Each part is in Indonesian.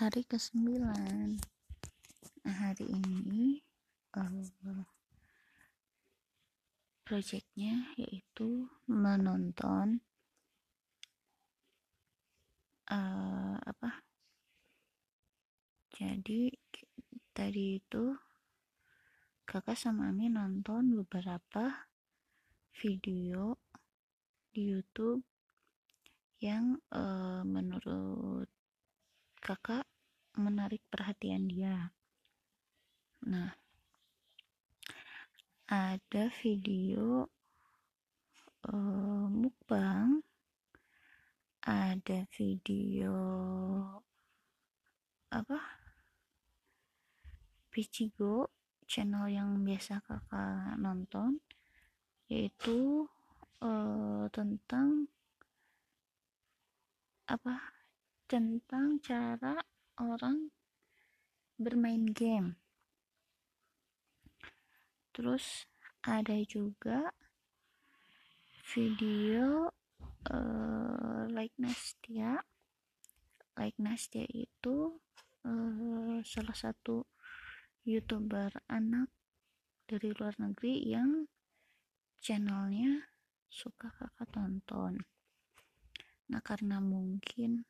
Hari ke-9. Hari ini proyeknya yaitu menonton jadi tadi itu kakak sama Ami nonton beberapa video di YouTube yang menurut kakak menarik perhatian dia. Nah, ada video mukbang, ada video Pichigo, channel yang biasa kakak nonton, yaitu tentang cara orang bermain game. Terus ada juga video Like Nastia itu salah satu YouTuber anak dari luar negeri yang channelnya suka kakak tonton. Nah, karena mungkin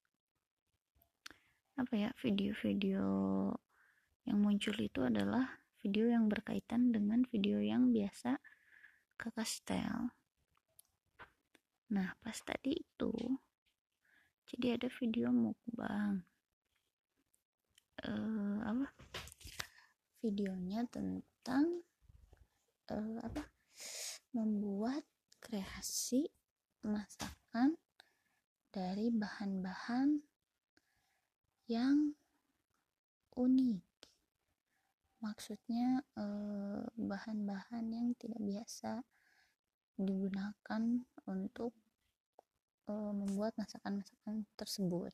video-video yang muncul itu adalah video yang berkaitan dengan video yang biasa kakak setel. Nah, pas tadi itu jadi ada video mukbang, videonya tentang membuat kreasi masakan dari bahan-bahan yang unik. Maksudnya bahan-bahan yang tidak biasa digunakan untuk membuat masakan-masakan tersebut.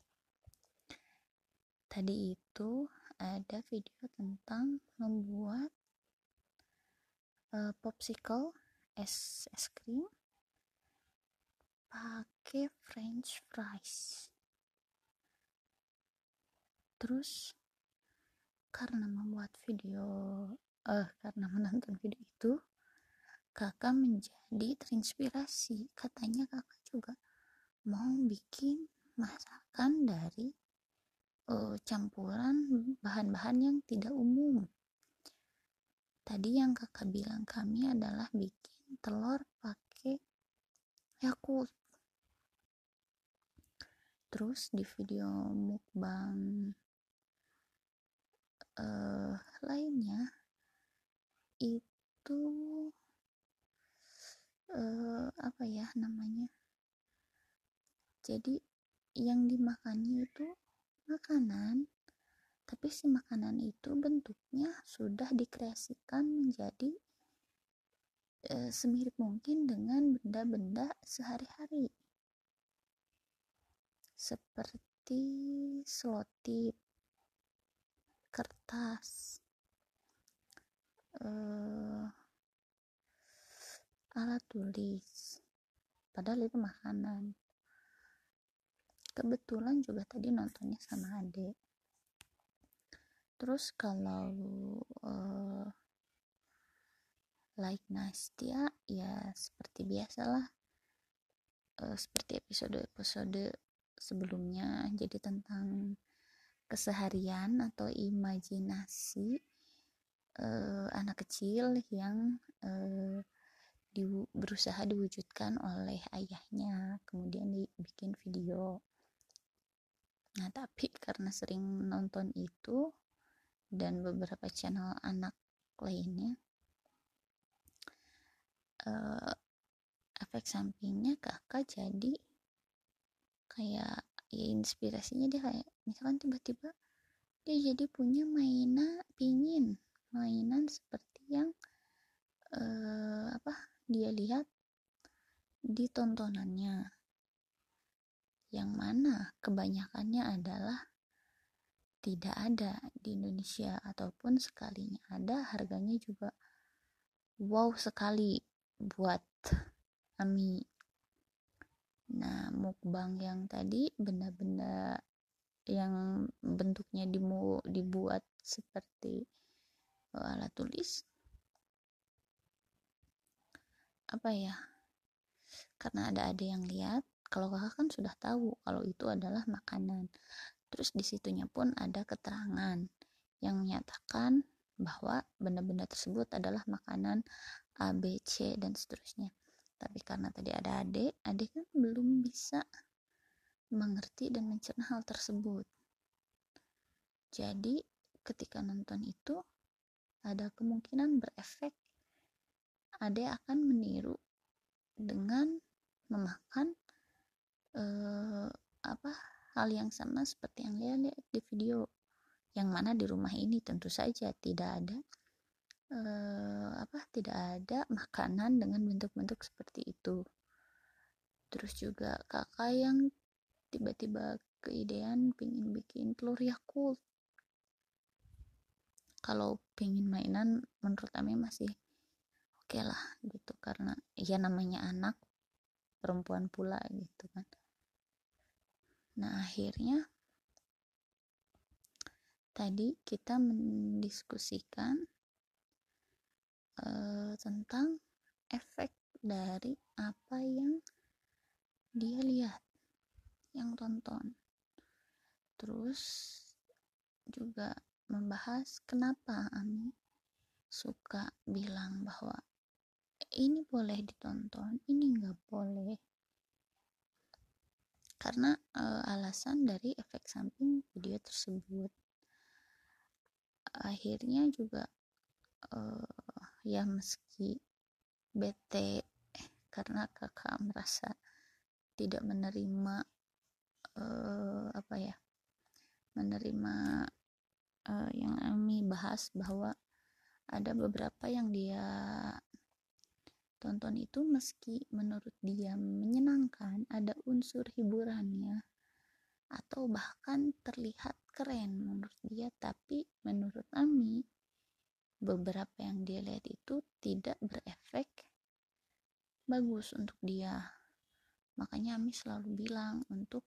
Tadi itu ada video tentang membuat popsicle, es krim pakai french fries. Terus karena menonton video itu, kakak menjadi terinspirasi. Katanya kakak juga mau bikin masakan dari campuran bahan-bahan yang tidak umum. Tadi yang kakak bilang kami adalah bikin telur pakai Yakult. Terus di video mukbang lainnya itu jadi yang dimakannya itu makanan, tapi si makanan itu bentuknya sudah dikreasikan menjadi semirip mungkin dengan benda-benda sehari-hari, seperti selotip, kertas, alat tulis, padahal itu makanan. Kebetulan juga tadi nontonnya sama adek. Terus kalau Like Nastia ya seperti biasalah, seperti episode sebelumnya, jadi tentang keseharian atau imajinasi anak kecil yang berusaha diwujudkan oleh ayahnya, kemudian dibikin video. Nah, tapi karena sering nonton itu dan beberapa channel anak lainnya, efek sampingnya kakak jadi kayak inspirasinya dia kayak misalkan tiba-tiba dia jadi punya mainan seperti yang dia lihat di tontonannya, yang mana kebanyakannya adalah tidak ada di Indonesia, ataupun sekalinya ada harganya juga wow sekali buat Ami. Nah, mukbang yang tadi benda-benda yang bentuknya dibuat seperti alat tulis, apa ya, karena ada yang lihat. Kalau kakak kan sudah tahu kalau itu adalah makanan, terus disitunya pun ada keterangan yang menyatakan bahwa benda-benda tersebut adalah makanan A, B, C, dan seterusnya. Tapi karena tadi ada adik kan belum bisa mengerti dan mencerna hal tersebut. Jadi ketika nonton itu ada kemungkinan berefek adik akan meniru dengan memakan hal yang sama seperti yang dia lihat di video, yang mana di rumah ini tentu saja tidak ada tidak ada makanan dengan bentuk-bentuk seperti itu. Terus juga kakak yang tiba-tiba keidean pingin bikin telur Yakult. Kalau pingin mainan menurut Ami masih oke lah gitu, karena ya namanya anak perempuan pula gitu kan. Nah akhirnya tadi kita mendiskusikan tentang efek dari apa yang dia lihat, yang tonton. Terus juga membahas kenapa Ami suka bilang bahwa ini boleh ditonton, ini nggak boleh, karena alasan dari efek samping video tersebut. Akhirnya juga ya meski bete karena kakak merasa tidak menerima menerima yang Ami bahas, bahwa ada beberapa yang dia tonton itu meski menurut dia menyenangkan, ada unsur hiburannya atau bahkan terlihat keren menurut dia, tapi menurut Ami beberapa yang dia lihat itu tidak berefek bagus untuk dia. Makanya Ami selalu bilang untuk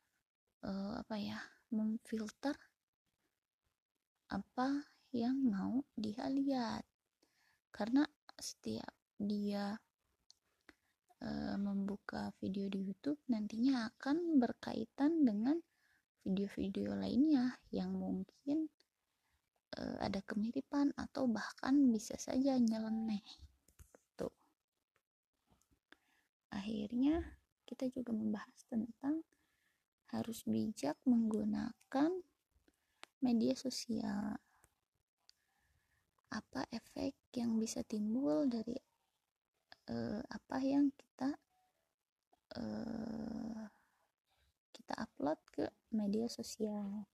memfilter apa yang mau dia lihat, karena setiap dia membuka video di YouTube nantinya akan berkaitan dengan video-video lainnya yang mungkin ada kemiripan atau bahkan bisa saja nyeleneh tuh. Akhirnya kita juga membahas tentang harus bijak menggunakan media sosial. Apa efek yang bisa timbul dari apa yang kita upload ke media sosial.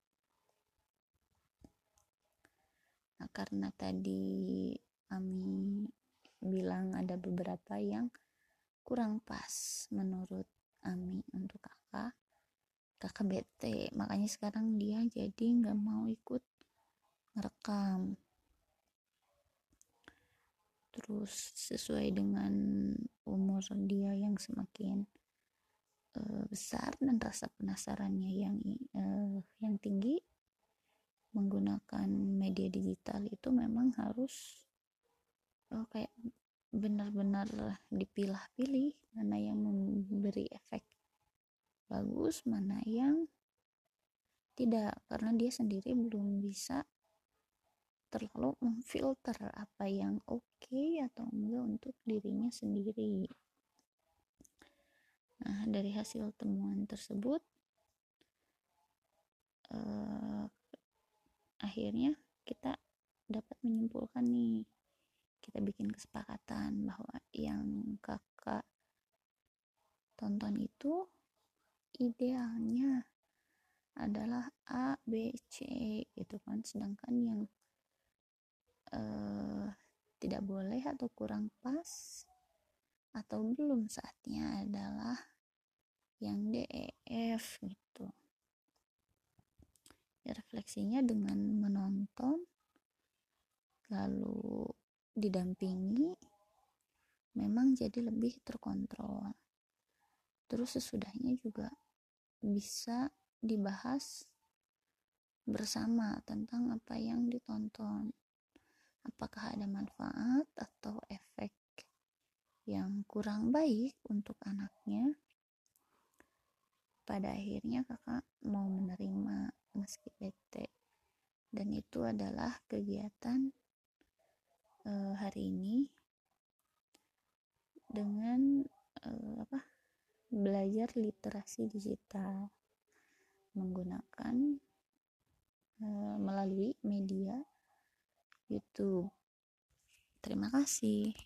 Nah, karena tadi Ami bilang ada beberapa yang kurang pas menurut Ami untuk kakak bete, makanya sekarang dia jadi nggak mau ikut ngerekam. Terus sesuai dengan umur dia yang semakin besar dan rasa penasarannya yang tinggi, menggunakan media digital itu memang harus kayak benar-benar dipilah-pilih mana yang memberi efek bagus, mana yang tidak, karena dia sendiri belum bisa terlalu memfilter apa yang oke atau enggak untuk dirinya sendiri. Nah, dari hasil temuan tersebut akhirnya kita dapat menyimpulkan nih, kita bikin kesepakatan bahwa yang kakak tonton itu idealnya adalah A, B, C gitu kan, sedangkan yang tidak boleh atau kurang pas atau belum saatnya adalah yang D, E, F gitu. Ya, refleksinya dengan menonton lalu didampingi memang jadi lebih terkontrol. Terus sesudahnya juga bisa dibahas bersama tentang apa yang ditonton, apakah ada manfaat atau efek yang kurang baik untuk anaknya. Pada akhirnya kakak mau menerima meski bete, dan itu adalah kegiatan hari ini dengan belajar literasi digital menggunakan melalui media YouTube. Terima kasih.